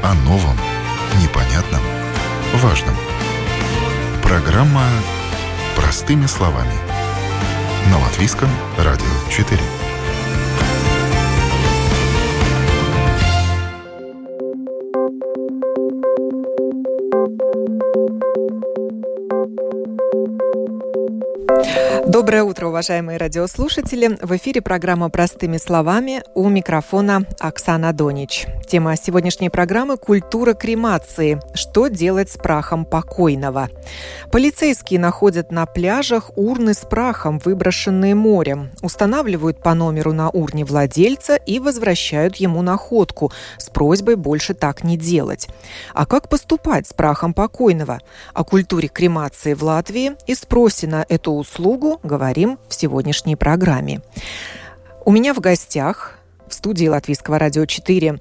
О новом, непонятном, важном. Программа «Простыми словами» на Латвийском радио 4. Доброе утро, уважаемые радиослушатели. В эфире программа «Простыми словами». У микрофона Оксана Донич. Тема сегодняшней программы – культура кремации. Что делать с прахом покойного? Полицейские находят на пляжах урны с прахом, выброшенные морем. Устанавливают по номеру на урне владельца и возвращают ему находку с просьбой больше так не делать. А как поступать с прахом покойного? О культуре кремации в Латвии и спросе на эту услугу говорим в сегодняшней программе. У меня в гостях в студии Латвийского радио 4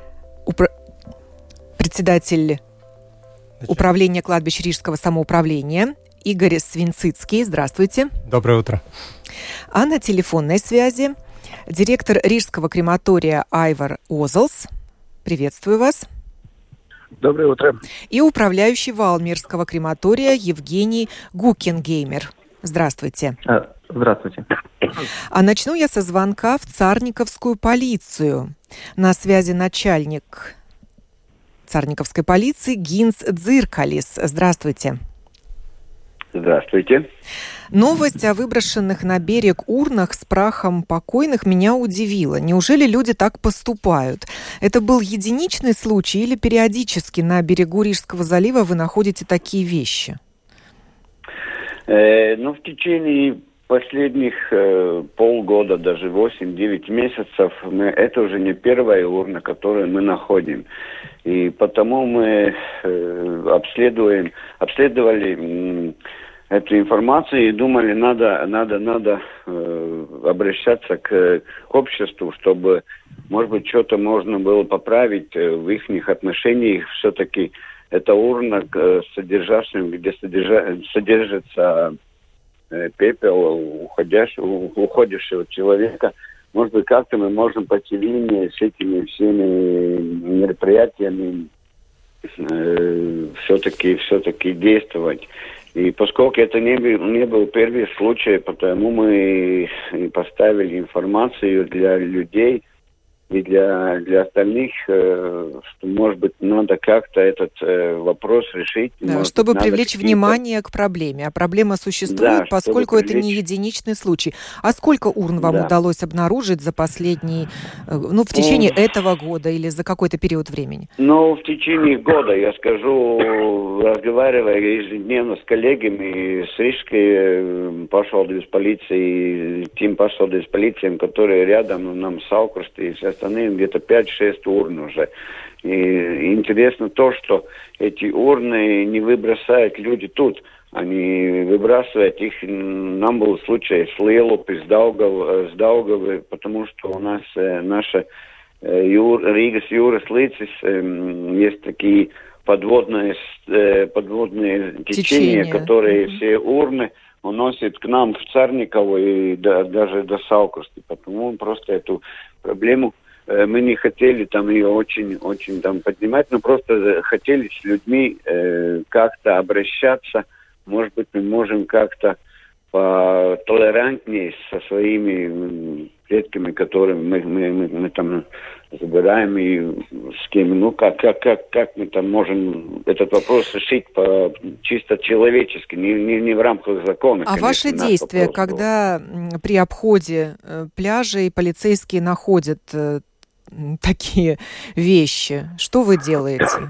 председатель управления кладбищ Рижского самоуправления Игорь Свинцицкий. Здравствуйте. Доброе утро. А на телефонной связи директор Рижского крематория Айвар Озолс. Приветствую вас. Доброе утро. И управляющий Валмирского крематория Евгений Гукенгеймер. Здравствуйте. Здравствуйте. А начну я со звонка в Царниковскую полицию. На связи начальник Царниковской полиции Гинс Дзиркалис. Здравствуйте. Здравствуйте. Новость о выброшенных на берег урнах с прахом покойных меня удивила. Неужели люди так поступают? Это был единичный случай или периодически на берегу Рижского залива вы находите такие вещи? В течение последних полгода, даже 8-9 месяцев, это уже не первая урна, которую мы находим. И потому мы обследовали эту информацию и думали, надо обращаться к обществу, чтобы, может быть, что-то можно было поправить в их отношениях. Все-таки это урна, где содержится пепел уходящего человека. Может быть, как-то мы можем по телевидению с этими всеми мероприятиями все-таки действовать. И поскольку это не был первый случай, потому мы и поставили информацию для людей и для остальных, что, может быть, надо как-то этот вопрос решить. Да, чтобы привлечь внимание к проблеме. А проблема существует, да, поскольку это не единичный случай. А сколько урн вам удалось обнаружить за последний, в течение этого года или за какой-то период времени? В течение года, я скажу, разговаривая ежедневно с коллегами с Рижской пашвaldības полицией, тем пашвaldības полицией, которые рядом нам с Saukrasti и все остальные, где-то 5-6 урн уже. И интересно то, что эти урны не выбросают люди тут. Они выбрасывают их. Нам был случай с Lielupes, с Daugavы, потому что у нас наша Риgas jūras līcis есть такие подводные течения, которые все урны уносят к нам в Царникову и даже до Saukrasti. Потому просто эту проблему мы не хотели там ее очень там поднимать, но просто хотели с людьми как-то обращаться. Может быть, мы можем как-то потолерантнее со своими предками, которыми мы там забираем, и с кем, как мы там можем этот вопрос решить чисто человечески, не в рамках закона. А ваши действия, когда при обходе пляжей полицейские находят такие вещи, что вы делаете?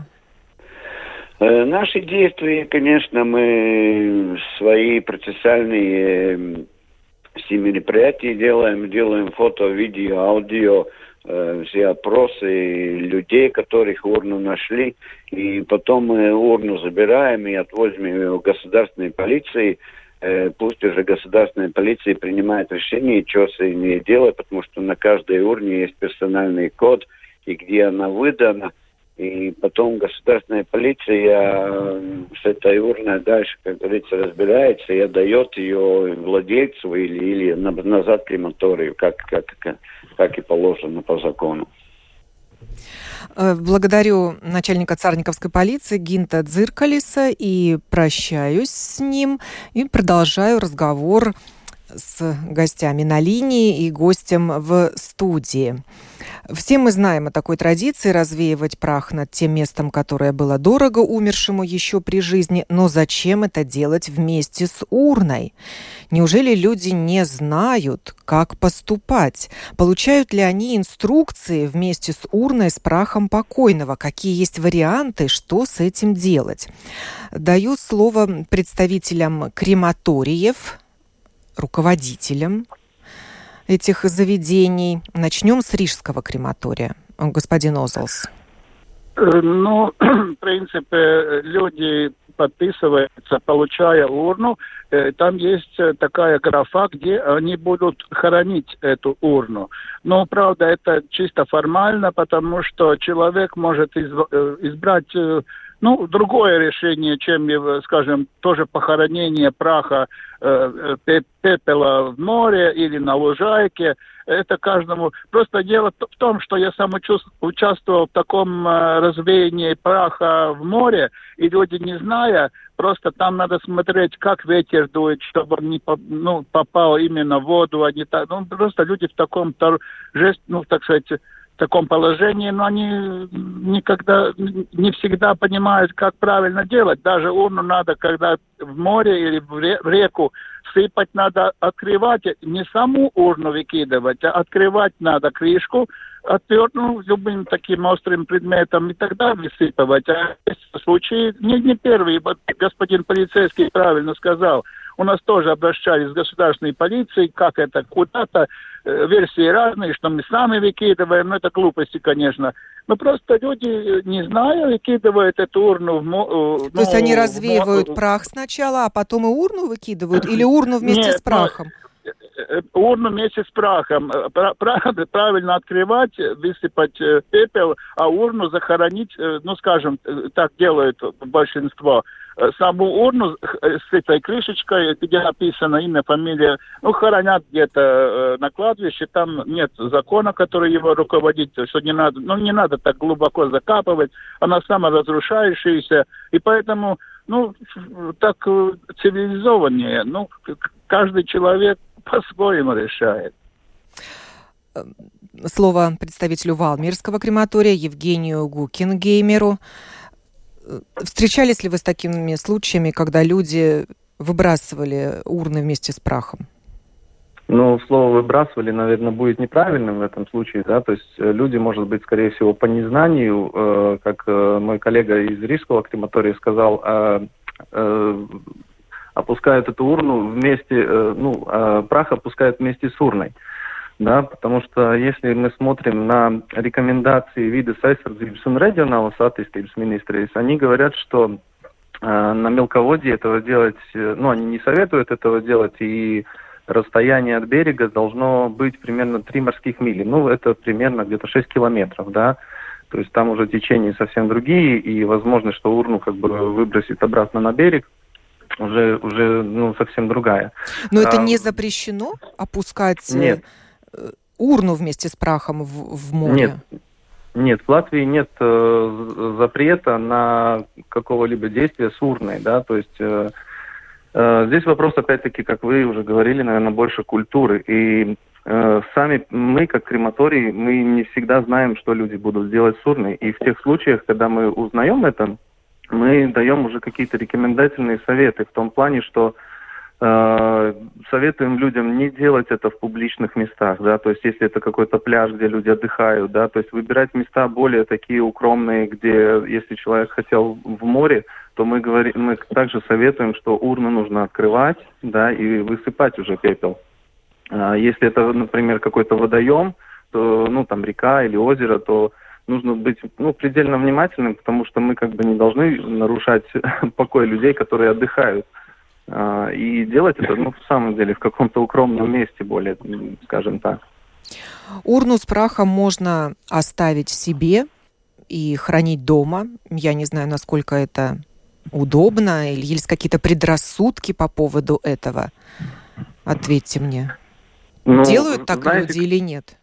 Наши действия, конечно, мы свои процессуальные все мероприятия делаем фото, видео, аудио, все опросы людей, которых урну нашли, и потом мы урну забираем и отвозим ее в государственной полиции. Пусть уже государственная полиция принимает решение, что с ней делать, потому что на каждой урне есть персональный код, и где она выдана. И потом государственная полиция с этой урной дальше, как говорится, разбирается и отдает ее владельцу или назад крематорию, как и положено по закону. Благодарю начальника Царниковской полиции Гинта Дзиркалиса и прощаюсь с ним. И продолжаю разговор с гостями на линии и гостем в студии. Все мы знаем о такой традиции развеивать прах над тем местом, которое было дорого умершему еще при жизни, но зачем это делать вместе с урной? Неужели люди не знают, как поступать? Получают ли они инструкции вместе с урной с прахом покойного? Какие есть варианты, что с этим делать? Даю слово представителям крематориев, руководителям этих заведений. Начнем с Рижского крематория. Господин Озолс. В принципе, люди подписываются, получая урну. Там есть такая графа, где они будут хоронить эту урну. Но, правда, это чисто формально, потому что человек может избрать другое решение, чем, скажем, тоже похоронение праха, пепела в море или на лужайке. Это каждому... Просто дело в том, что я сам участвовал в таком развеянии праха в море, и люди, не зная, просто там надо смотреть, как ветер дует, чтобы он не попал именно в воду, а не так. Просто люди в таком в таком положении, но они никогда, не всегда понимают, как правильно делать. Даже урну надо, когда в море или в реку сыпать, надо открывать, не саму урну выкидывать, а открывать надо крышку, любым таким острым предметом, и тогда высыпывать. А в случае, не первый, вот господин полицейский правильно сказал, у нас тоже обращались с государственной полицией, как это, куда-то, версии разные, что мы сами выкидываем, это глупости, конечно. Но просто люди, не зная, выкидывают эту урну в То есть они развеивают прах сначала, а потом и урну выкидывают? Или урну вместе с прахом? Урну вместе с прахом. Правильно открывать, высыпать пепел, а урну захоронить, скажем, так делают большинство. Саму урну с этой крышечкой, где написано имя, фамилия, хоронят где-то на кладбище, там нет закона, который его руководит, что не надо так глубоко закапывать, она саморазрушающаяся, и поэтому, так цивилизованнее, каждый человек по-своему решает. Слово представителю Валмирского крематория Евгению Гукингеймеру. Встречались ли вы с такими случаями, когда люди выбрасывали урны вместе с прахом? Слово «выбрасывали», наверное, будет неправильным в этом случае, да, то есть люди, может быть, скорее всего, по незнанию, как мой коллега из Рижского крематория сказал, опускают эту урну вместе, прах опускают вместе с урной. Да, потому что если мы смотрим на рекомендации вида aizsardzības un reģionālās attīstības ministrijas, они говорят, что на мелководье этого делать, они не советуют этого делать, и расстояние от берега должно быть примерно 3 морских мили. Это примерно где-то 6 километров, да. То есть там уже течения совсем другие, и возможность, что урну выбросит обратно на берег, уже совсем другая. Но это не запрещено опускать... Нет. Урну вместе с прахом в море? Нет, в Латвии нет запрета на какого-либо действия с урной, да, то есть здесь вопрос, опять-таки, как вы уже говорили, наверное, больше культуры, и сами мы, как крематорий, мы не всегда знаем, что люди будут делать с урной, и в тех случаях, когда мы узнаем это, мы даем уже какие-то рекомендательные советы в том плане, что советуем людям не делать это в публичных местах, да, то есть если это какой-то пляж, где люди отдыхают, да, то есть выбирать места более такие укромные, где, если человек хотел в море, то мы также советуем, что урну нужно открывать, да, и высыпать уже пепел. Если это, например, какой-то водоем, то, там река или озеро, то нужно быть, предельно внимательным, потому что мы не должны нарушать покой людей, которые отдыхают. И делать это, в самом деле, в каком-то укромном месте, более, скажем так. Урну с прахом можно оставить себе и хранить дома. Я не знаю, насколько это удобно, или есть какие-то предрассудки по поводу этого. Ответьте мне. Делают так люди или нет?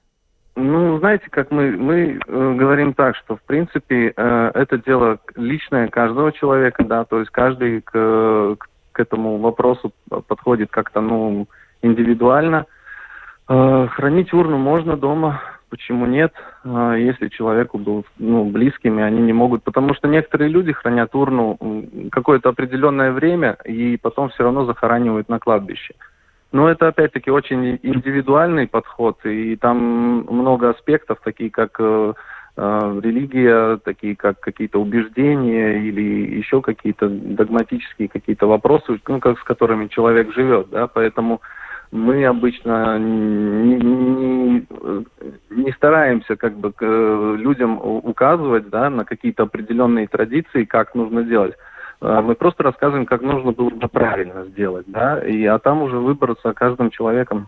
Ну, знаете, как мы говорим так, что, в принципе, это дело личное каждого человека, да, то есть каждый к этому вопросу подходит как-то, индивидуально. Хранить урну можно дома, почему нет, если человеку был, близкими, они не могут, потому что некоторые люди хранят урну какое-то определенное время и потом все равно захоранивают на кладбище. Но это, опять-таки, очень индивидуальный подход, и там много аспектов, такие как религия, такие как какие-то убеждения или еще какие-то догматические какие-то вопросы, с которыми человек живет, да, поэтому мы обычно не стараемся людям указывать, да, на какие-то определенные традиции, как нужно делать. Мы просто рассказываем, как нужно было бы правильно сделать, да, а там уже выбраться каждым человеком.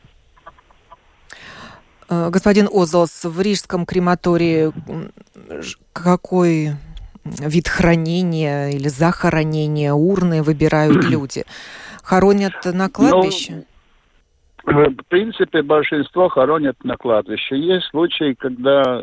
Господин Озолс, в Рижском крематории какой вид хранения или захоронения урны выбирают люди? Хоронят на кладбище? В принципе, большинство хоронят на кладбище. Есть случаи, когда,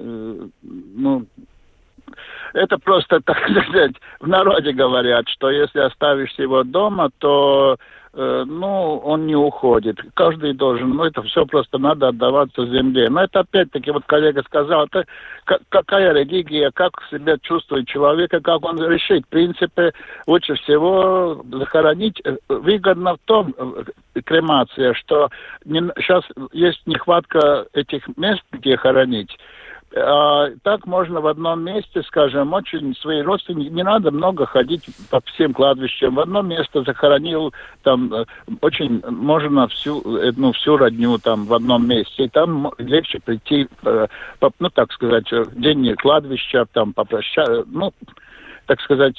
это просто, так сказать, в народе говорят, что если оставишь его дома, то, он не уходит. Каждый должен, это все просто надо отдаваться земле. Но это опять-таки, вот коллега сказал, это какая религия, как себя чувствует человек, как он решит. В принципе, лучше всего захоронить. Выгодно в том, кремация, что сейчас есть нехватка этих мест, где хоронить. Так можно в одном месте, скажем, очень свои родственники, не надо много ходить по всем кладбищам. В одно место захоронил, там очень можно всю родню там в одном месте. И там легче прийти, так сказать, день кладбища, там попрощаться, так сказать,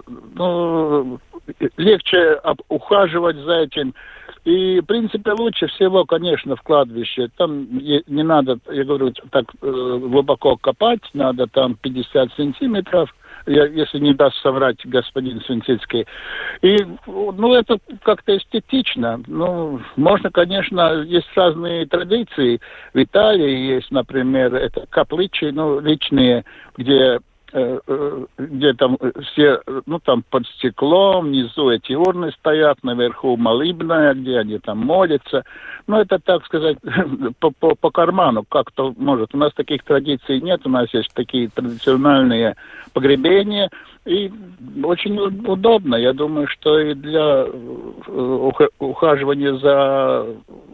легче ухаживать за этим. И, в принципе, лучше всего, конечно, в кладбище. Там не надо, я говорю, так глубоко копать, надо там 50 сантиметров, если не даст соврать господин Свинцицкий. И, это как-то эстетично. Можно, конечно, есть разные традиции. В Италии есть, например, это капличи, личные, где там все, там под стеклом, внизу эти урны стоят, наверху молебная, где они там молятся. Это, так сказать, по карману, как-то может. У нас таких традиций нет, у нас есть такие традиционные погребения, и очень удобно. Я думаю, что и для ухаживания за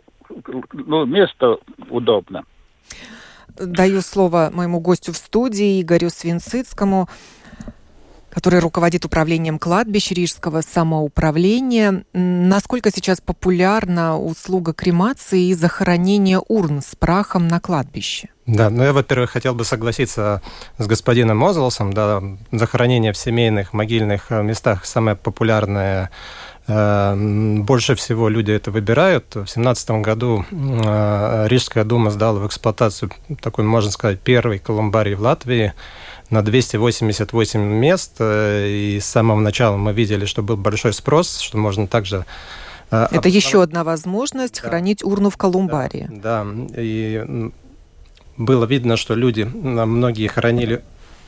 место удобно. Даю слово моему гостю в студии, Игорю Свинцицкому, который руководит управлением кладбищ Рижского самоуправления. Насколько сейчас популярна услуга кремации и захоронения урн с прахом на кладбище? Да, я, во-первых, хотел бы согласиться с господином Озолсом. Да, захоронение в семейных могильных местах самое популярное. Больше всего люди это выбирают. В 2017 году Рижская дума сдала в эксплуатацию такой, можно сказать, первый колумбарий в Латвии на 288 мест. И с самого начала мы видели, что был большой спрос, что можно также... Это еще одна возможность хранить урну в колумбарии. Да, и было видно, что люди, многие хоронили...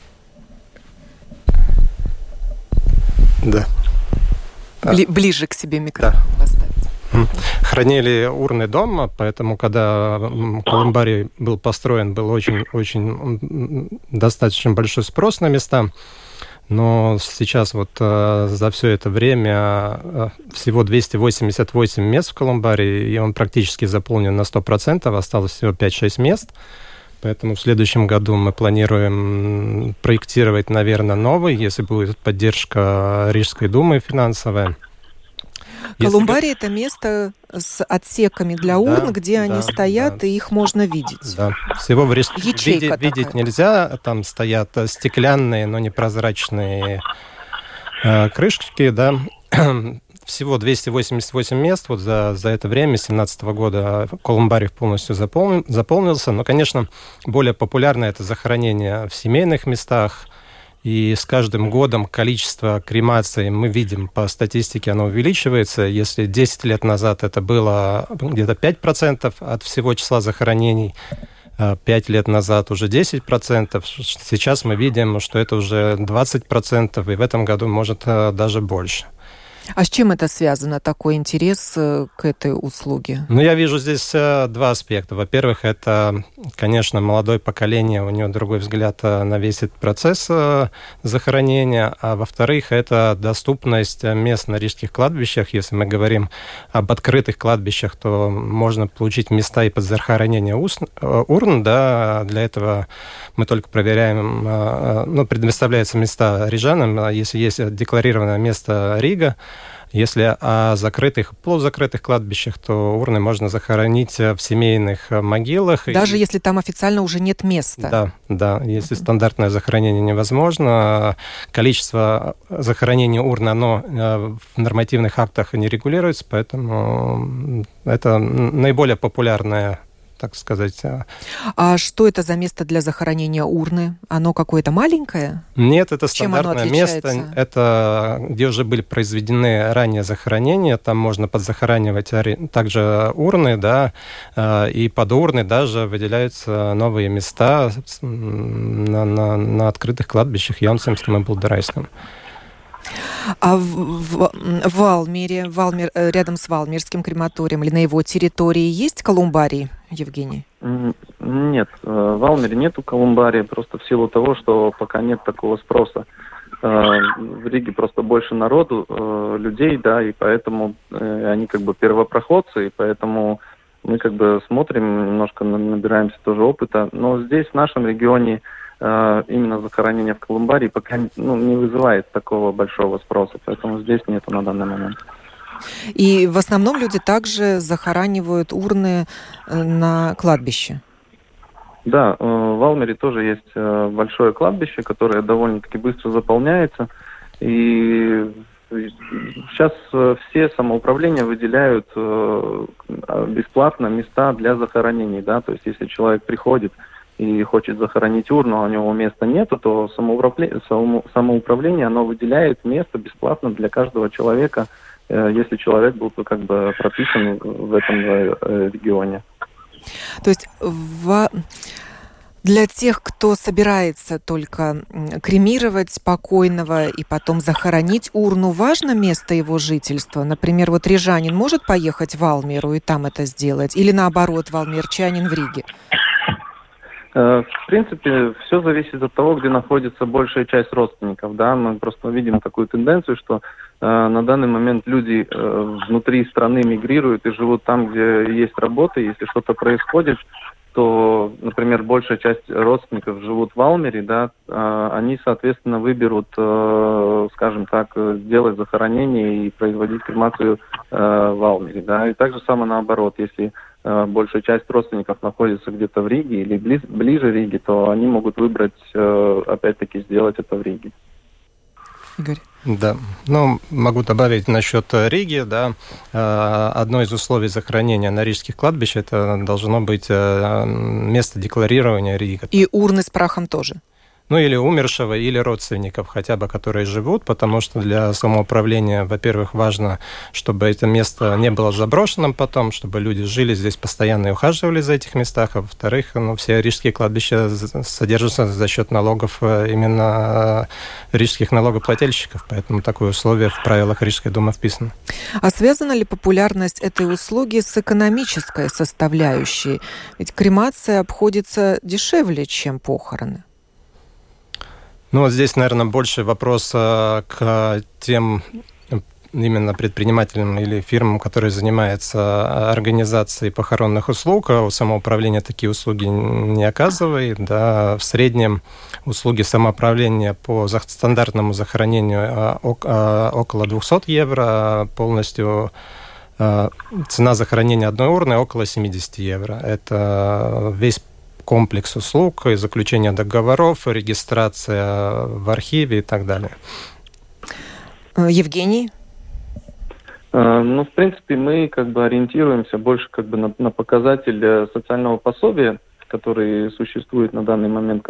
Да. Ближе к себе микрофон поставить. Хранили урны дома, поэтому, когда колумбарий был построен, был очень достаточно большой спрос на места. Но сейчас за все это время всего 288 мест в колумбарии, и он практически заполнен на 100%, осталось всего 5-6 мест. Поэтому в следующем году мы планируем проектировать, наверное, новый, если будет поддержка Рижской думы финансовая. Колумбарий – это место с отсеками для урн, где они стоят, и их можно видеть. Да, всего в Рижском видеть нельзя. Там стоят стеклянные, но непрозрачные крышки, да. Всего 288 мест за это время, с 2017 года, колумбарий полностью заполнился. Но, конечно, более популярно это захоронение в семейных местах. И с каждым годом количество кремаций, мы видим по статистике, оно увеличивается. Если 10 лет назад это было где-то 5% от всего числа захоронений, 5 лет назад уже 10%. Сейчас мы видим, что это уже 20%, и в этом году может даже больше. А с чем это связано, такой интерес к этой услуге? Ну, я вижу здесь два аспекта. Во-первых, это, конечно, молодое поколение, у него другой взгляд на весь этот процесс захоронения. А во-вторых, это доступность мест на рижских кладбищах. Если мы говорим об открытых кладбищах, то можно получить места и под захоронение урн. Да, для этого мы только проверяем, предоставляются места рижанам, если есть декларированное место Рига. Если о закрытых, полузакрытых кладбищах, то урны можно захоронить в семейных могилах. Даже если там официально уже нет места? Да. Если стандартное захоронение невозможно, количество захоронений урн, оно в нормативных актах не регулируется, поэтому это наиболее популярная, так сказать. А что это за место для захоронения урны? Оно какое-то маленькое? Нет, это стандартное место. Это где уже были произведены ранее захоронения. Там можно подзахоранивать также урны, да, и под урны даже выделяются новые места на открытых кладбищах Яунсемском и Булдарайском. А в Валмере, рядом с Валмерским крематорием или на его территории есть колумбарий, Евгений? Нет, в Валмере нету колумбария, просто в силу того, что пока нет такого спроса. В Риге просто больше народу, людей, да, и поэтому они как бы первопроходцы, и поэтому мы как бы смотрим, немножко набираемся тоже опыта. Но здесь, в нашем регионе, именно захоронение в колумбарии пока не вызывает такого большого спроса, поэтому здесь нету на данный момент. И в основном люди также захоранивают урны на кладбище? Да, в Валмере тоже есть большое кладбище, которое довольно-таки быстро заполняется, и сейчас все самоуправления выделяют бесплатно места для захоронений, да, то есть если человек приходит и хочет захоронить урну, а у него места нету, то самоуправление оно выделяет место бесплатно для каждого человека, если человек был как бы прописан в этом регионе. То есть для тех, кто собирается только кремировать покойного и потом захоронить урну, важно место его жительства? Например, вот рижанин может поехать в Валмеру и там это сделать? Или наоборот, валмерчанин в Риге? В принципе, все зависит от того, где находится большая часть родственников. Да? Мы просто видим такую тенденцию, что на данный момент люди внутри страны мигрируют и живут там, где есть работа. Если что-то происходит, то, например, большая часть родственников живут в Валмере, да, они, соответственно, выберут, скажем так, делать захоронение и производить кремацию в Валмере. Да? И так же само наоборот, если большая часть родственников находится где-то в Риге или ближе Риге, то они могут выбрать, опять-таки, сделать это в Риге. Игорь? Да, могу добавить насчет Риги, да. Одно из условий захоронения на рижских кладбищах это должно быть место декларирования Рига. И урны с прахом тоже? Или умершего, или родственников хотя бы, которые живут, потому что для самоуправления, во-первых, важно, чтобы это место не было заброшенным потом, чтобы люди жили здесь постоянно и ухаживали за этих местах, а во-вторых, все рижские кладбища содержатся за счет налогов именно рижских налогоплательщиков, поэтому такое условие в правилах Рижской думы вписано. А связана ли популярность этой услуги с экономической составляющей? Ведь кремация обходится дешевле, чем похороны. Вот здесь, наверное, больше вопрос к тем именно предпринимателям или фирмам, которые занимаются организацией похоронных услуг. У самоуправления такие услуги не оказывает. Да. В среднем услуги самоуправления по стандартному захоронению около 200 евро, полностью цена захоронения одной урны около 70 евро. Это весь комплекс услуг, и заключение договоров, регистрация в архиве и так далее. Евгений? В принципе, мы ориентируемся больше на показатель социального пособия, который существует на данный момент.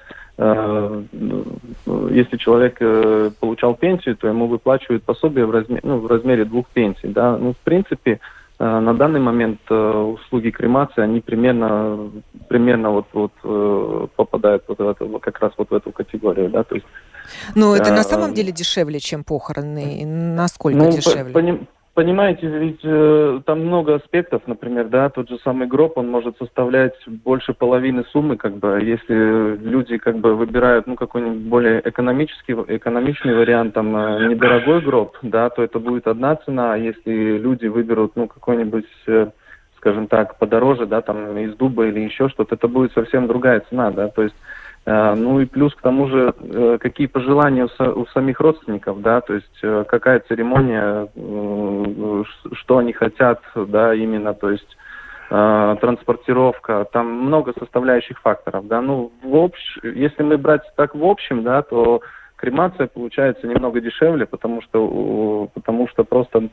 Если человек получал пенсию, то ему выплачивают пособие в размере 2 пенсий. Да? В принципе, на данный момент услуги кремации, они примерно попадают вот в это, как раз вот в эту категорию, да, то есть. Но это на самом деле дешевле, чем похороны? Насколько дешевле? Понимаете, ведь там много аспектов, например, да, тот же самый гроб, он может составлять больше половины суммы, как бы, если люди, как бы, выбирают, какой-нибудь более экономичный вариант, там, недорогой гроб, да, то это будет одна цена, а если люди выберут, какой-нибудь, скажем так, подороже, да, там, из дуба или еще что-то, это будет совсем другая цена, да, то есть. И плюс к тому же, какие пожелания у самих родственников, да, то есть какая церемония, что они хотят, да, именно, то есть транспортировка, там много составляющих факторов, да, если мы брать так в общем, да, то кремация получается немного дешевле, потому что просто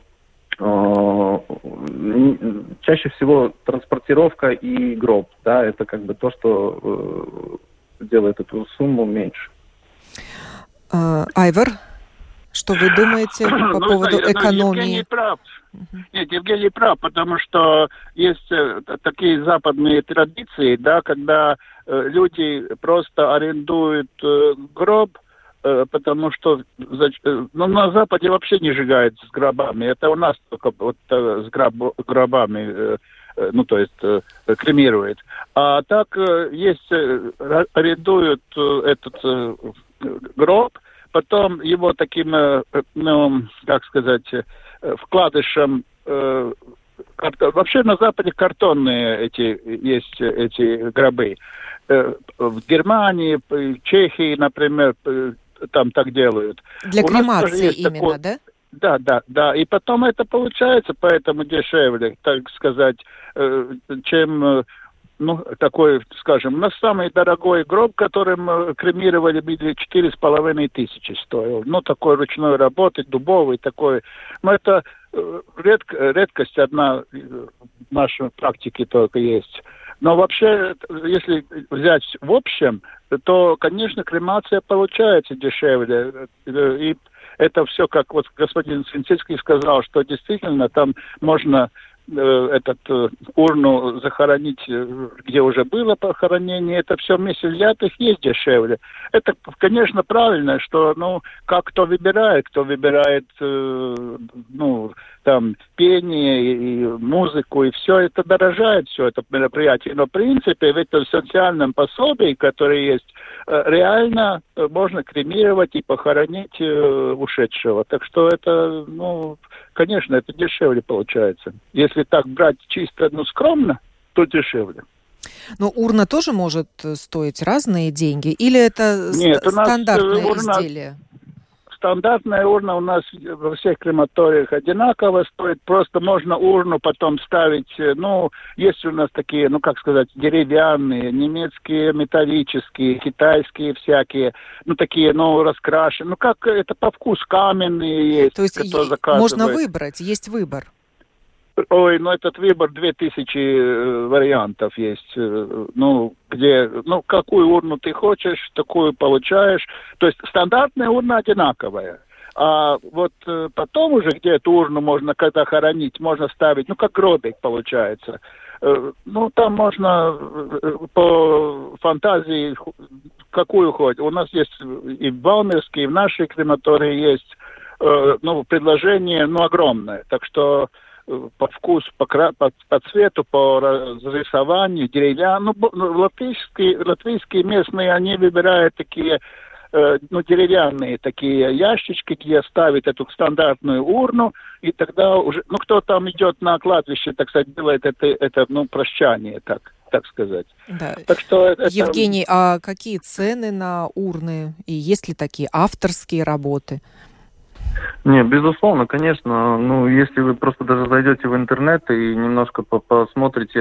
чаще всего транспортировка и гроб, да, это как бы то, что делает эту сумму меньше. Айвар, что вы думаете по поводу экономии? Евгений прав. Нет, Евгений прав, потому что есть такие западные традиции, да, когда люди просто арендуют гроб, потому что на Западе вообще не сжигают с гробами. Это у нас только вот с гробами, то есть кремирует. А так есть, арендуют этот гроб, потом его таким, вкладышем, вообще на Западе картонные есть эти гробы. В Германии, в Чехии, например, там так делают. Для кремации именно, да? Да. И потом это получается, поэтому дешевле, так сказать, чем, такой, скажем, у нас самый дорогой гроб, которым кремировали, 4500 стоил. Такой ручной работы, дубовый такой. Но это редкость одна в нашей практике только есть. Но вообще, если взять в общем, то, конечно, кремация получается дешевле. И это все, как вот господин Свинцицкий сказал, что действительно там можно урну захоронить, где уже было похоронение, это все вместе взятых есть дешевле. Это, конечно, правильно, что, как кто выбирает там, пение и музыку, и все это дорожает, все это мероприятие. Но, в принципе, в этом социальном пособии, которое есть, реально можно кремировать и похоронить ушедшего. Так что это, конечно, это дешевле получается. Если так брать чисто, скромно, то дешевле. Но урна тоже может стоить разные деньги? Или это стандартное изделие? Стандартная урна у нас во всех крематориях одинаково стоит. Просто можно урну потом ставить, есть у нас такие, деревянные, немецкие, металлические, китайские всякие, такие, раскрашенные. Как это по вкусу, каменные есть. То есть можно выбрать, есть выбор. Ой, этот выбор 2000 вариантов есть. Где, какую урну ты хочешь, такую получаешь. То есть стандартная урна одинаковая. А вот потом уже, где эту урну можно, когда хоронить, можно ставить, как гробик получается. Там можно по фантазии какую хоть. У нас есть и в Валмирске, и в нашей крематории есть предложение, огромное. Так что по вкусу, по цвету, по разрисованию, деревянные. Латвийские местные, они выбирают такие, деревянные такие ящички, где ставят эту стандартную урну, и тогда уже, кто там идет на кладбище, так сказать, делает это прощание, так сказать. Да. Так что Евгений, а какие цены на урны? И есть ли такие авторские работы? Не, безусловно, конечно. Если вы просто даже зайдете в интернет и немножко посмотрите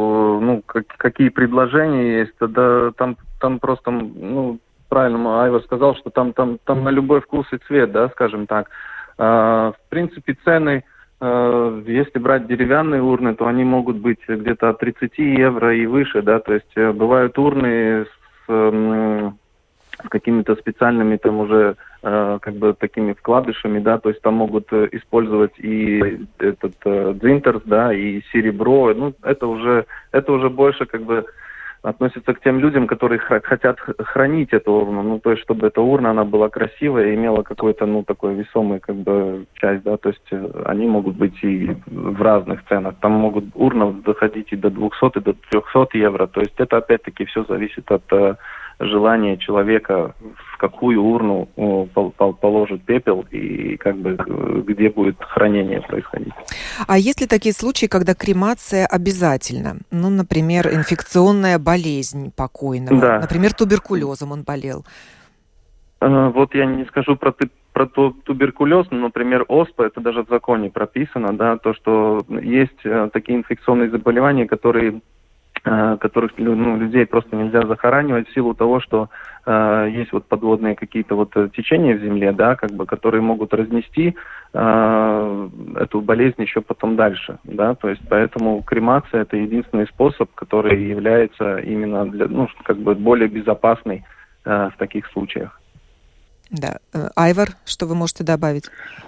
какие предложения есть, тогда там просто, правильно Айвар сказал, что там на любой вкус и цвет, да, скажем так. В принципе, цены, если брать деревянные урны, то они могут быть где-то от 30 евро и выше, да, то есть бывают урны какими-то специальными там уже как бы такими вкладышами, да, то есть там могут использовать и этот дзинтерс, да, и серебро, ну, это уже больше как бы относится к тем людям, которые хотят хранить эту урну, ну, то есть чтобы эта урна, она была красивая и имела какой-то, ну, такой весомый, как бы, часть, да, то есть они могут быть и в разных ценах, там могут урны доходить и до 200, и до 300 евро, то есть это опять-таки все зависит от желание человека, в какую урну положит пепел и как бы где будет хранение происходить. А есть ли такие случаи, когда кремация обязательна? Ну, например, инфекционная болезнь покойного, да. Например, туберкулезом он болел. Вот я не скажу про туберкулез, но, например, оспа, это даже в законе прописано, да, то, что есть такие инфекционные заболевания, которых людей просто нельзя захоранивать в силу того, что есть вот подводные какие-то вот течения в земле, да, как бы, которые могут разнести эту болезнь еще потом дальше, да, то есть поэтому кремация это единственный способ, который является именно для, ну, как бы более безопасный в таких случаях. Да. Айвар, что вы можете добавить?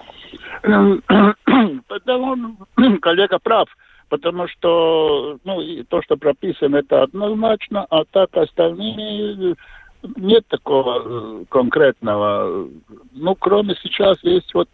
Коллега прав. Потому что, то, что прописано, это однозначно, а так остальные нет такого конкретного. Ну, кроме сейчас есть вот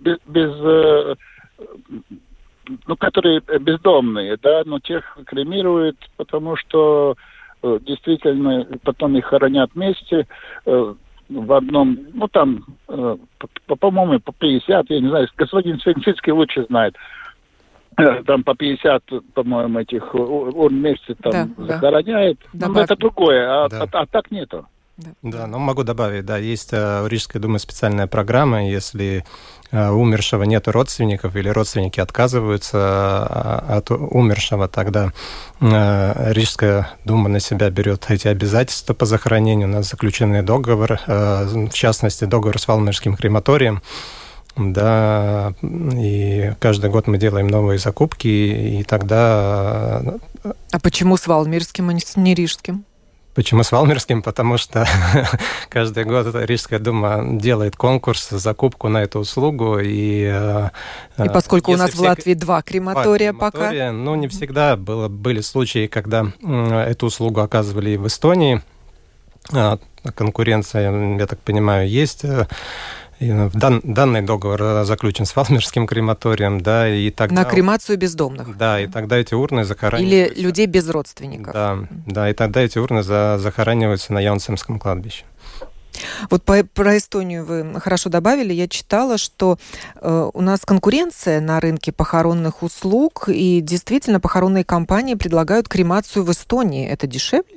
которые бездомные, да, но тех кремируют, потому что действительно потом их хоронят вместе в одном, по-моему, по 50, я не знаю, господин Свинцицкий лучше знает. Там по 50, по-моему, этих урн вместе там захороняет. Но это другое, а так нету. Да, но могу добавить, да, есть у Рижской думы специальная программа, если у умершего нет родственников или родственники отказываются от умершего, тогда Рижская дума на себя берет эти обязательства по захоронению, у нас заключенный договор, в частности, договор с Валмирским крематорием. Да, и каждый год мы делаем новые закупки, и тогда... А почему с Валмирским, а не Рижским? Почему с Валмирским? Потому что каждый год Рижская дума делает конкурс, закупку на эту услугу. И поскольку у нас в Латвии два крематория пока... Ну, не всегда были случаи, когда эту услугу оказывали и в Эстонии. Конкуренция, я так понимаю, есть... Данный договор заключен с Валмирским крематорием, да, и тогда... На кремацию бездомных. Да, и тогда эти урны захораниваются... Или людей без родственников. Да, и тогда эти урны захораниваются на Яунсемском кладбище. Вот про Эстонию вы хорошо добавили. Я читала, что у нас конкуренция на рынке похоронных услуг, и действительно похоронные компании предлагают кремацию в Эстонии. Это дешевле?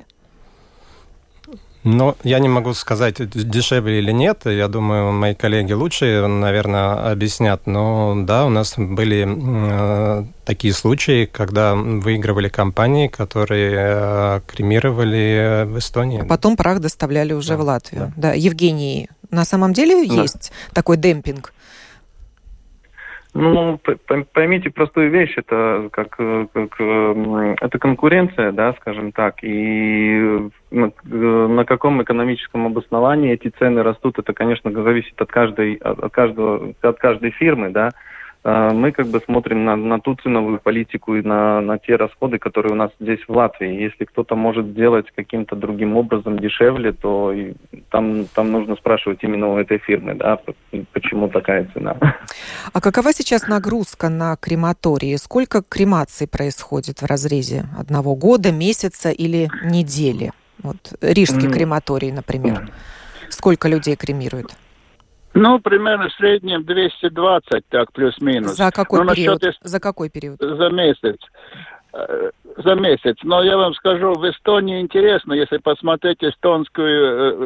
Но я не могу сказать, дешевле или нет. Я думаю, мои коллеги лучше, наверное, объяснят. Но да, у нас были такие случаи, когда выигрывали компании, которые кремировали в Эстонии. А потом прах доставляли уже в Латвию. Да. Евгений, на самом деле есть такой демпинг? Ну, поймите простую вещь, это это конкуренция, да, скажем так, и на каком экономическом обосновании эти цены растут, это, конечно, зависит от каждой фирмы, да. Мы как бы смотрим на ту ценовую политику и на те расходы, которые у нас здесь в Латвии. Если кто-то может сделать каким-то другим образом дешевле, то там нужно спрашивать именно у этой фирмы, да, почему такая цена. А какова сейчас нагрузка на крематории? Сколько кремаций происходит в разрезе одного года, месяца или недели? Вот Рижский крематорий, например. Сколько людей кремируют? Ну, примерно в среднем 220, так, плюс-минус. За какой период? За какой период? За месяц. За месяц. Но я вам скажу, в Эстонии интересно, если посмотреть эстонскую,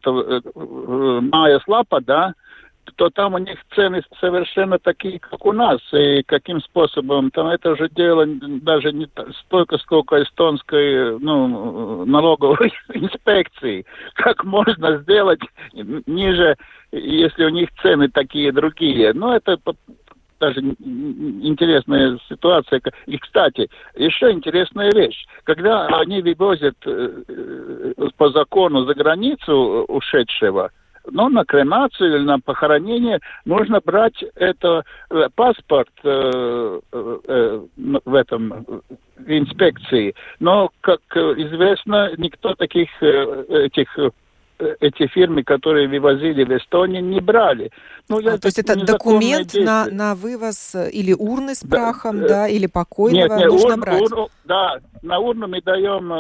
Майя Слапа, да, то там у них цены совершенно такие, как у нас. И каким способом? Там это же дело даже не столько, сколько эстонской налоговой инспекции. Как можно сделать ниже, если у них цены такие другие? Ну, это даже интересная ситуация. И, кстати, еще интересная вещь. Когда они вывозят по закону за границу ушедшего, но на кремацию или на похоронение нужно брать это паспорт в инспекции. Но, как известно, никто эти фирмы, которые вывозили в Эстонию, не брали. То есть это документ на вывоз или урны с прахом, или покойного нужно брать? На урну мы даем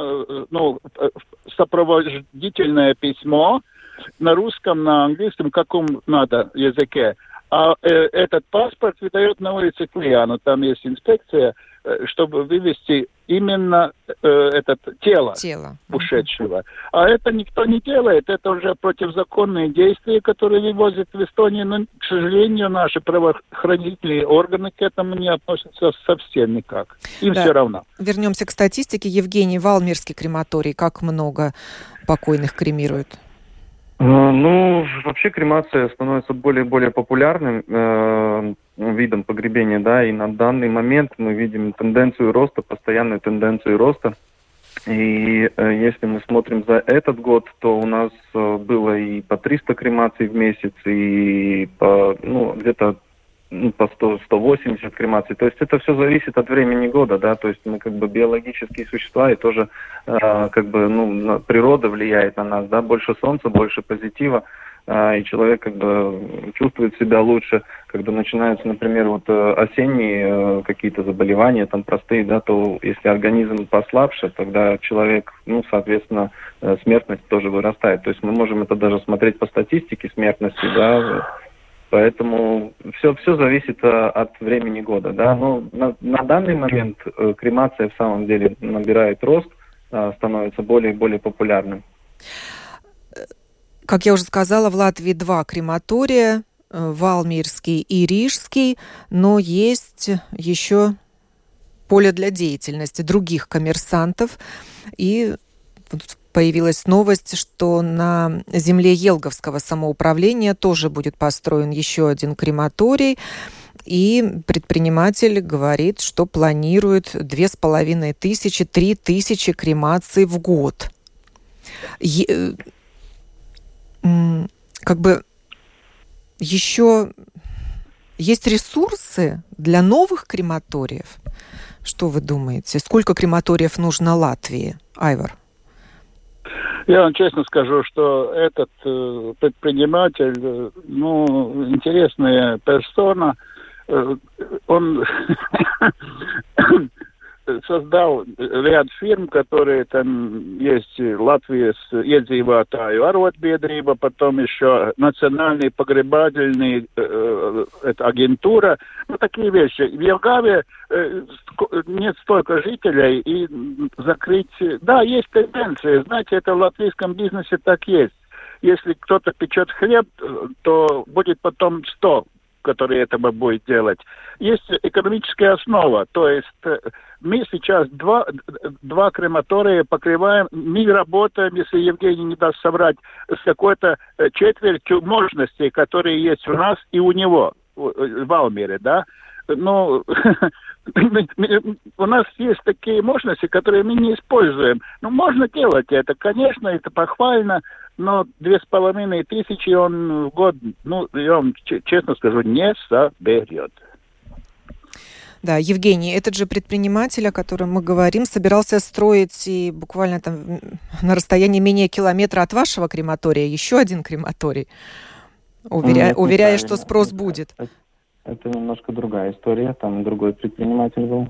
сопроводительное письмо на русском, на английском, каком надо языке. А этот паспорт выдает на улице Клеяну. Там есть инспекция, чтобы вывести именно это тело ушедшего. А это никто не делает. Это уже противозаконные действия, которые вывозят в Эстонию. Но, к сожалению, наши правоохранительные органы к этому не относятся совсем никак. Им все равно. Вернемся к статистике. Евгений, Валмирский крематорий. Как много покойных кремируют? Вообще кремация становится более и более популярным видом погребения, да, и на данный момент мы видим тенденцию роста, постоянную тенденцию роста. И если мы смотрим за этот год, то у нас было и по 300 кремаций в месяц, и по, где-то по 100-180 кремаций. То есть это все зависит от времени года, да, то есть мы как бы биологические существа, и тоже природа влияет на нас, да, больше солнца, больше позитива, и человек как бы чувствует себя лучше. Когда начинаются, например, осенние какие-то заболевания, там простые, да, то если организм послабше, тогда человек, соответственно, смертность тоже вырастает. То есть мы можем это даже смотреть по статистике смертности, да. Поэтому все зависит от времени года, да. Но на данный момент кремация в самом деле набирает рост, становится более и более популярным. Как я уже сказала, в Латвии 2 крематория, Валмирский и Рижский, но есть еще поле для деятельности других коммерсантов. И появилась новость, что на земле Елговского самоуправления тоже будет построен еще один крематорий. И предприниматель говорит, что планирует 2500-3000 кремаций в год. Еще есть ресурсы для новых крематориев? Что вы думаете? Сколько крематориев нужно Латвии? Айвар? Я вам честно скажу, что этот предприниматель, интересная персона, он создал ряд фирм, которые там есть в Латвии с iedzīvotāju arotbiedrība, потом еще национальный погребательный агентура, такие вещи. В Елгаве нет столько жителей, и закрыть... Да, есть тенденции, знаете, это в латвийском бизнесе так есть. Если кто-то печет хлеб, то будет потом 100, которые этого будет делать. Есть экономическая основа, то есть мы сейчас два крематория покрываем, мы работаем, если Евгений не даст соврать, с какой-то четвертью мощностей, которые есть у нас и у него в Валмире, да. У нас есть такие мощности, которые мы не используем. Можно делать это, конечно, это похвально, но 2500 он в год, я вам честно скажу, не соберет. Да, Евгений, этот же предприниматель, о котором мы говорим, собирался строить и буквально там на расстоянии менее километра от вашего крематория еще один крематорий, уверяя, что спрос будет. Это немножко другая история, там другой предприниматель был.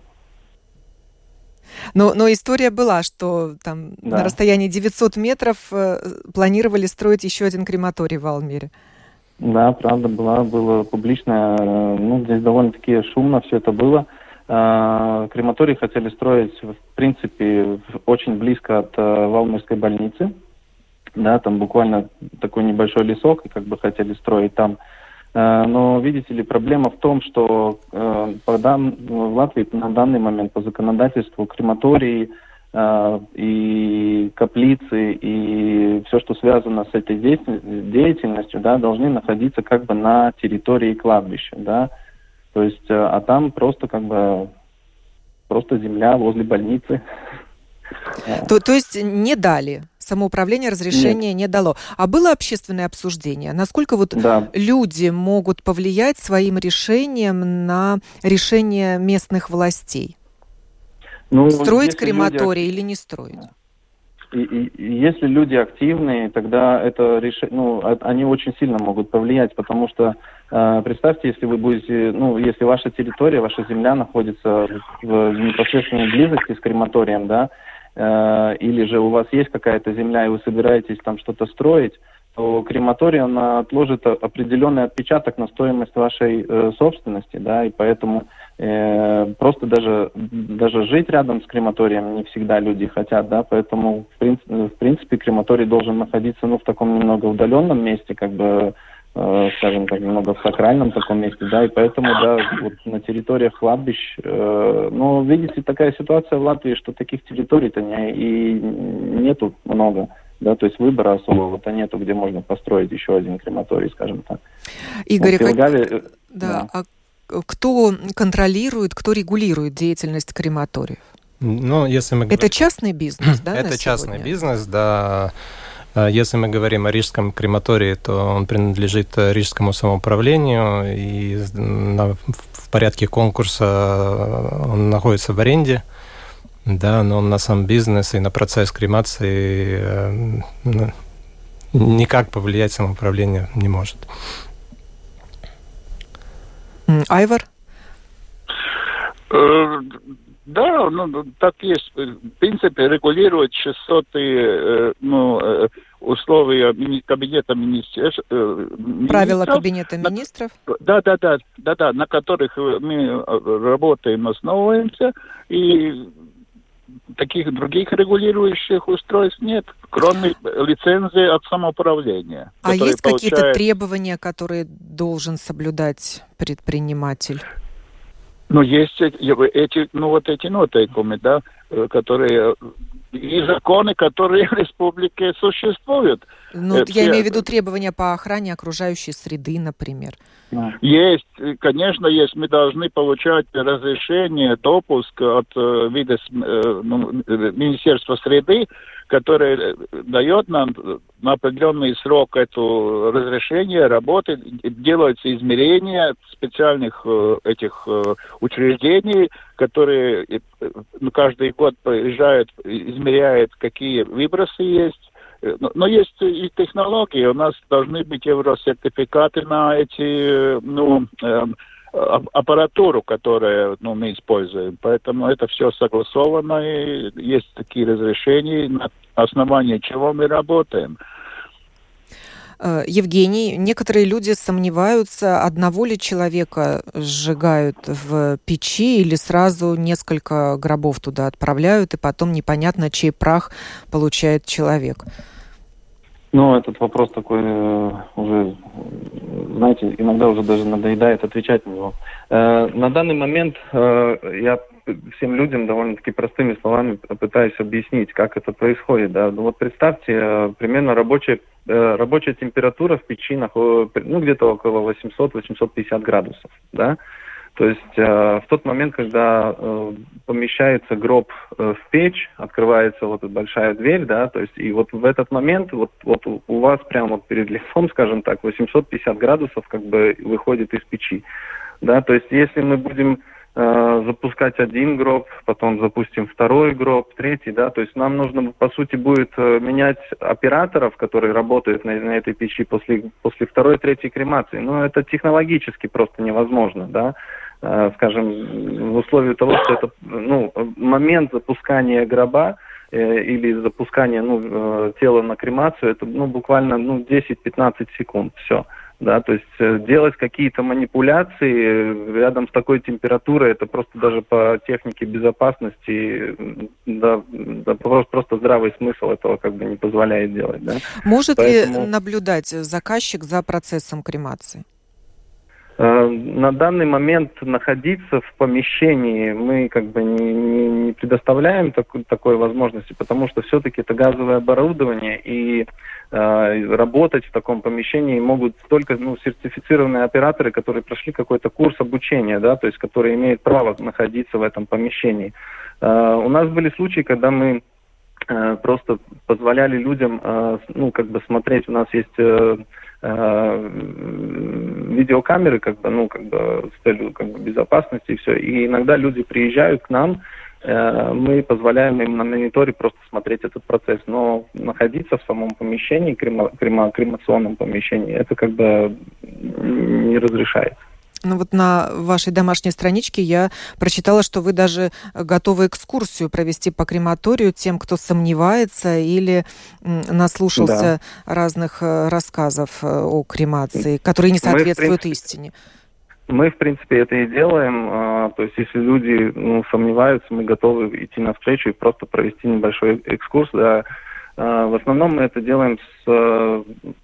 Но история была, что там на расстоянии 900 метров планировали строить еще один крематорий в Валмире. Да, правда, было публичное, здесь довольно-таки шумно все это было. Крематорий хотели строить, в принципе, очень близко от Валмирской больницы. Да, там буквально такой небольшой лесок, и хотели строить там. Но, видите ли, проблема в том, что в Латвии на данный момент по законодательству крематории и каплицы и все, что связано с этой деятельностью, да, должны находиться на территории кладбища, да. То есть, а там просто земля возле больницы. То есть не дали самоуправление разрешения не дало. А было общественное обсуждение? Насколько люди могут повлиять своим решением на решение местных властей? Строить крематорий или не строить? И если люди активные, тогда это они очень сильно могут повлиять, потому что представьте, если вы будете, если ваша территория, ваша земля находится в непосредственной близости с крематорием, да, или же у вас есть какая-то земля, и вы собираетесь там что-то строить, то крематорий, он отложит определенный отпечаток на стоимость вашей собственности, да, и поэтому просто даже жить рядом с крематорием не всегда люди хотят, да, поэтому в принципе крематорий должен находиться, в таком немного удаленном месте, как бы, скажем так, немного в сакральном таком месте, да, и поэтому, да, вот на территориях кладбищ, видите, такая ситуация в Латвии, что таких территорий-то нету много. Да, то есть выбора особого-то нету, где можно построить еще один крематорий, скажем так. Игорь, а кто контролирует, кто регулирует деятельность крематориев? Если мы это частный бизнес, да? Это частный бизнес, да. Если мы говорим о Рижском крематории, то он принадлежит Рижскому самоуправлению, и в порядке конкурса он находится в аренде. Да, но на сам бизнес и на процесс кремации никак повлиять самоуправление не может. Айвар? Да, так есть. В принципе, регулирует 600-е условия Кабинета министров. Правила Кабинета министров? Да, на которых мы работаем, основываемся, и таких других регулирующих устройств нет, кроме лицензии от самоуправления. А есть какие-то требования, которые должен соблюдать предприниматель? Есть эти нотейкумы, да, которые и законы, которые в республике существуют. Я имею в виду требования по охране окружающей среды, например. Есть, конечно, есть. Мы должны получать разрешение, допуск от Министерства среды, которое дает нам на определенный срок это разрешение работы. Делаются измерения специальных этих учреждений, которые каждый год приезжают, измеряют, какие выбросы есть. Но есть и технологии. У нас должны быть евросертификаты на эти аппаратуру, которую мы используем. Поэтому это все согласовано, и есть такие разрешения, на основании чего мы работаем. Евгений, некоторые люди сомневаются, одного ли человека сжигают в печи или сразу несколько гробов туда отправляют, и потом непонятно, чей прах получает человек. Этот вопрос такой уже, знаете, иногда уже даже надоедает отвечать на него. На данный момент я всем людям довольно-таки простыми словами пытаюсь объяснить, как это происходит. Да? Представьте, примерно рабочая температура в печи где-то около 800-850 градусов. Да? То есть в тот момент, когда помещается гроб в печь, открывается эта большая дверь, да, то есть и в этот момент у вас прямо перед лицом, скажем так, 850 градусов как бы выходит из печи, да, то есть если мы будем запускать один гроб, потом запустим второй гроб, третий, да, то есть нам нужно, по сути, будет менять операторов, которые работают на этой печи после второй, третьей кремации. Это технологически просто невозможно, да. Скажем, в условии того, что это момент запускания гроба или запускания тела на кремацию, это буквально 10-15 секунд, все. Да, то есть делать какие-то манипуляции рядом с такой температурой, это просто даже по технике безопасности, просто здравый смысл этого как бы не позволяет делать. Да? Может ли наблюдать заказчик за процессом кремации? На данный момент находиться в помещении мы как бы не предоставляем такой возможности, потому что все-таки это газовое оборудование, и работать в таком помещении могут только сертифицированные операторы, которые прошли какой-то курс обучения, да, то есть которые имеют право находиться в этом помещении. У нас были случаи, когда мы просто позволяли людям, смотреть. У нас есть видеокамеры, с целью безопасности и все. И иногда люди приезжают к нам, мы позволяем им на мониторе просто смотреть этот процесс. Но находиться в самом помещении, кремационном помещении, это не разрешается. Ну вот на вашей домашней страничке я прочитала, что вы даже готовы экскурсию провести по крематорию тем, кто сомневается или наслушался разных рассказов о кремации, которые не соответствуют истине. Мы, в принципе, это и делаем. То есть, если люди сомневаются, мы готовы идти навстречу и просто провести небольшой экскурс. Да. В основном мы это делаем с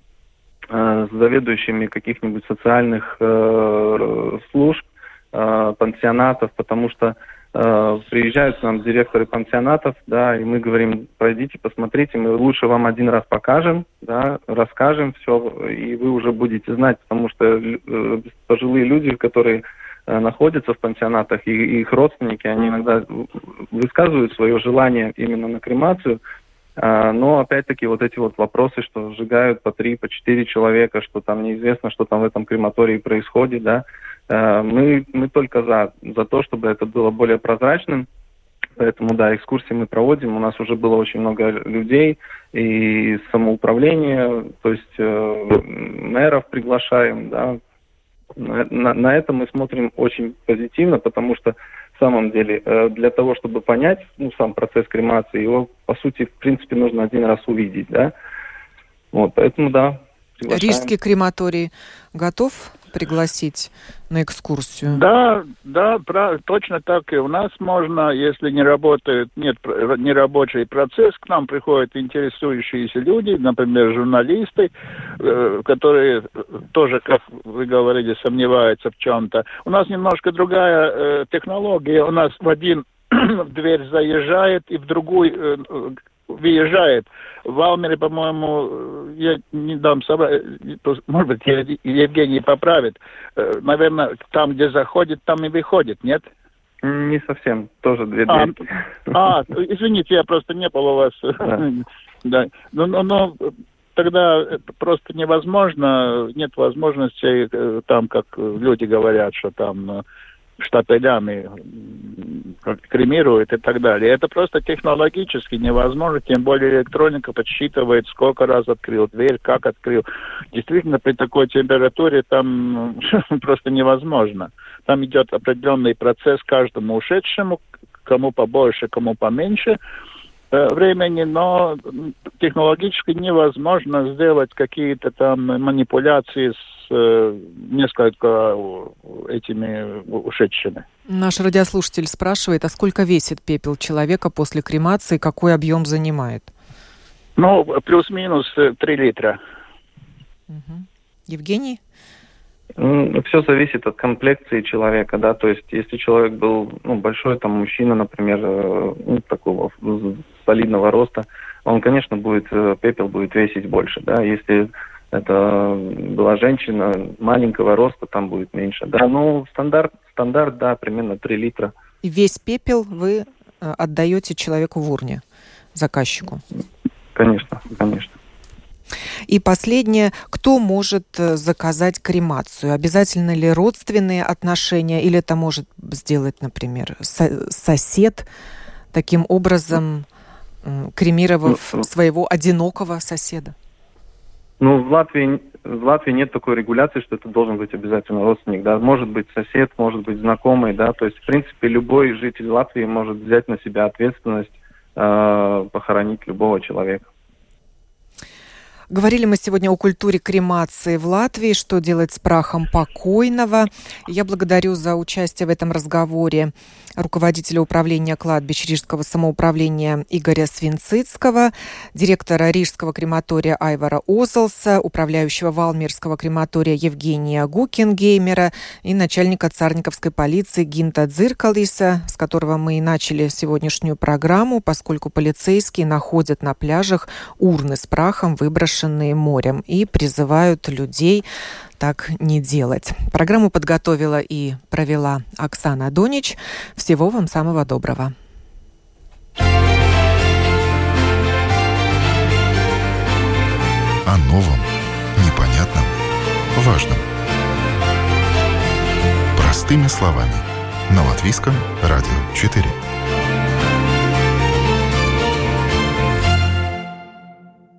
заведующими каких-нибудь социальных служб, пансионатов, потому что приезжают к нам директоры пансионатов, да, и мы говорим: пройдите, посмотрите, мы лучше вам один раз покажем, да, расскажем все, и вы уже будете знать, потому что пожилые люди, которые находятся в пансионатах, и их родственники, они иногда высказывают свое желание именно на кремацию. Но, опять-таки, вот эти вот вопросы, что сжигают по 3, по 4 человека, что там неизвестно, что там в этом крематории происходит, да, мы только за то, чтобы это было более прозрачным. Поэтому, да, экскурсии мы проводим. У нас уже было очень много людей и самоуправления, то есть мэров приглашаем, да. На это мы смотрим очень позитивно, потому что в самом деле, для того, чтобы понять сам процесс кремации, его, по сути, в принципе, нужно один раз увидеть, да. Вот, поэтому, да, приглашаем. Рижский крематорий готов пригласить на экскурсию? Да, точно так и у нас можно, если нет нерабочий процесс, к нам приходят интересующиеся люди, например, журналисты, которые тоже, как вы говорили, сомневаются в чем-то. У нас немножко другая технология. У нас в один в дверь заезжает и в другую выезжает. В Валмере, по-моему, я не дам соврать, может быть, Евгений поправит. Наверное, там, где заходит, там и выходит, нет? Не совсем, тоже две двери. Извините, я просто не был у вас. Да. Но тогда просто невозможно, нет возможности, там, как люди говорят, что там штапелями кремируют и так далее. Это просто технологически невозможно, тем более электроника подсчитывает, сколько раз открыл дверь, как открыл. Действительно, при такой температуре там просто невозможно. Там идет определенный процесс каждому ушедшему, кому побольше, кому поменьше времени, но технологически невозможно сделать какие-то там манипуляции с несколько этими ушедшими. Наш радиослушатель спрашивает, а сколько весит пепел человека после кремации, какой объем занимает? Плюс-минус 3 литра. Угу. Евгений? Все зависит от комплекции человека, да, то есть если человек был, большой, там, мужчина, например, такого солидного роста, он, конечно, пепел будет весить больше, да, если это была женщина маленького роста, там будет меньше, да, стандарт, да, примерно 3 литра. И весь пепел вы отдаете человеку в урне, заказчику? Конечно. И последнее, кто может заказать кремацию? Обязательно ли родственные отношения, или это может сделать, например, сосед, таким образом кремировав своего одинокого соседа? В Латвии нет такой регуляции, что это должен быть обязательно родственник, да, может быть сосед, может быть знакомый, да, то есть, в принципе, любой житель Латвии может взять на себя ответственность похоронить любого человека. Говорили мы сегодня о культуре кремации в Латвии, что делать с прахом покойного. Я благодарю за участие в этом разговоре руководителя управления кладбищ Рижского самоуправления Игоря Свинцицкого, директора Рижского крематория Айвара Озолса, управляющего Валмирского крематория Евгения Гукенгеймера и начальника царниковской полиции Гинта Дзиркалиса, с которого мы и начали сегодняшнюю программу, поскольку полицейские находят на пляжах урны с прахом, выброшенные морем, и призывают людей так не делать. Программу подготовила и провела Оксана Донич. Всего вам самого доброго. О новом, непонятном, важном. Простыми словами. На Латвийском радио 4.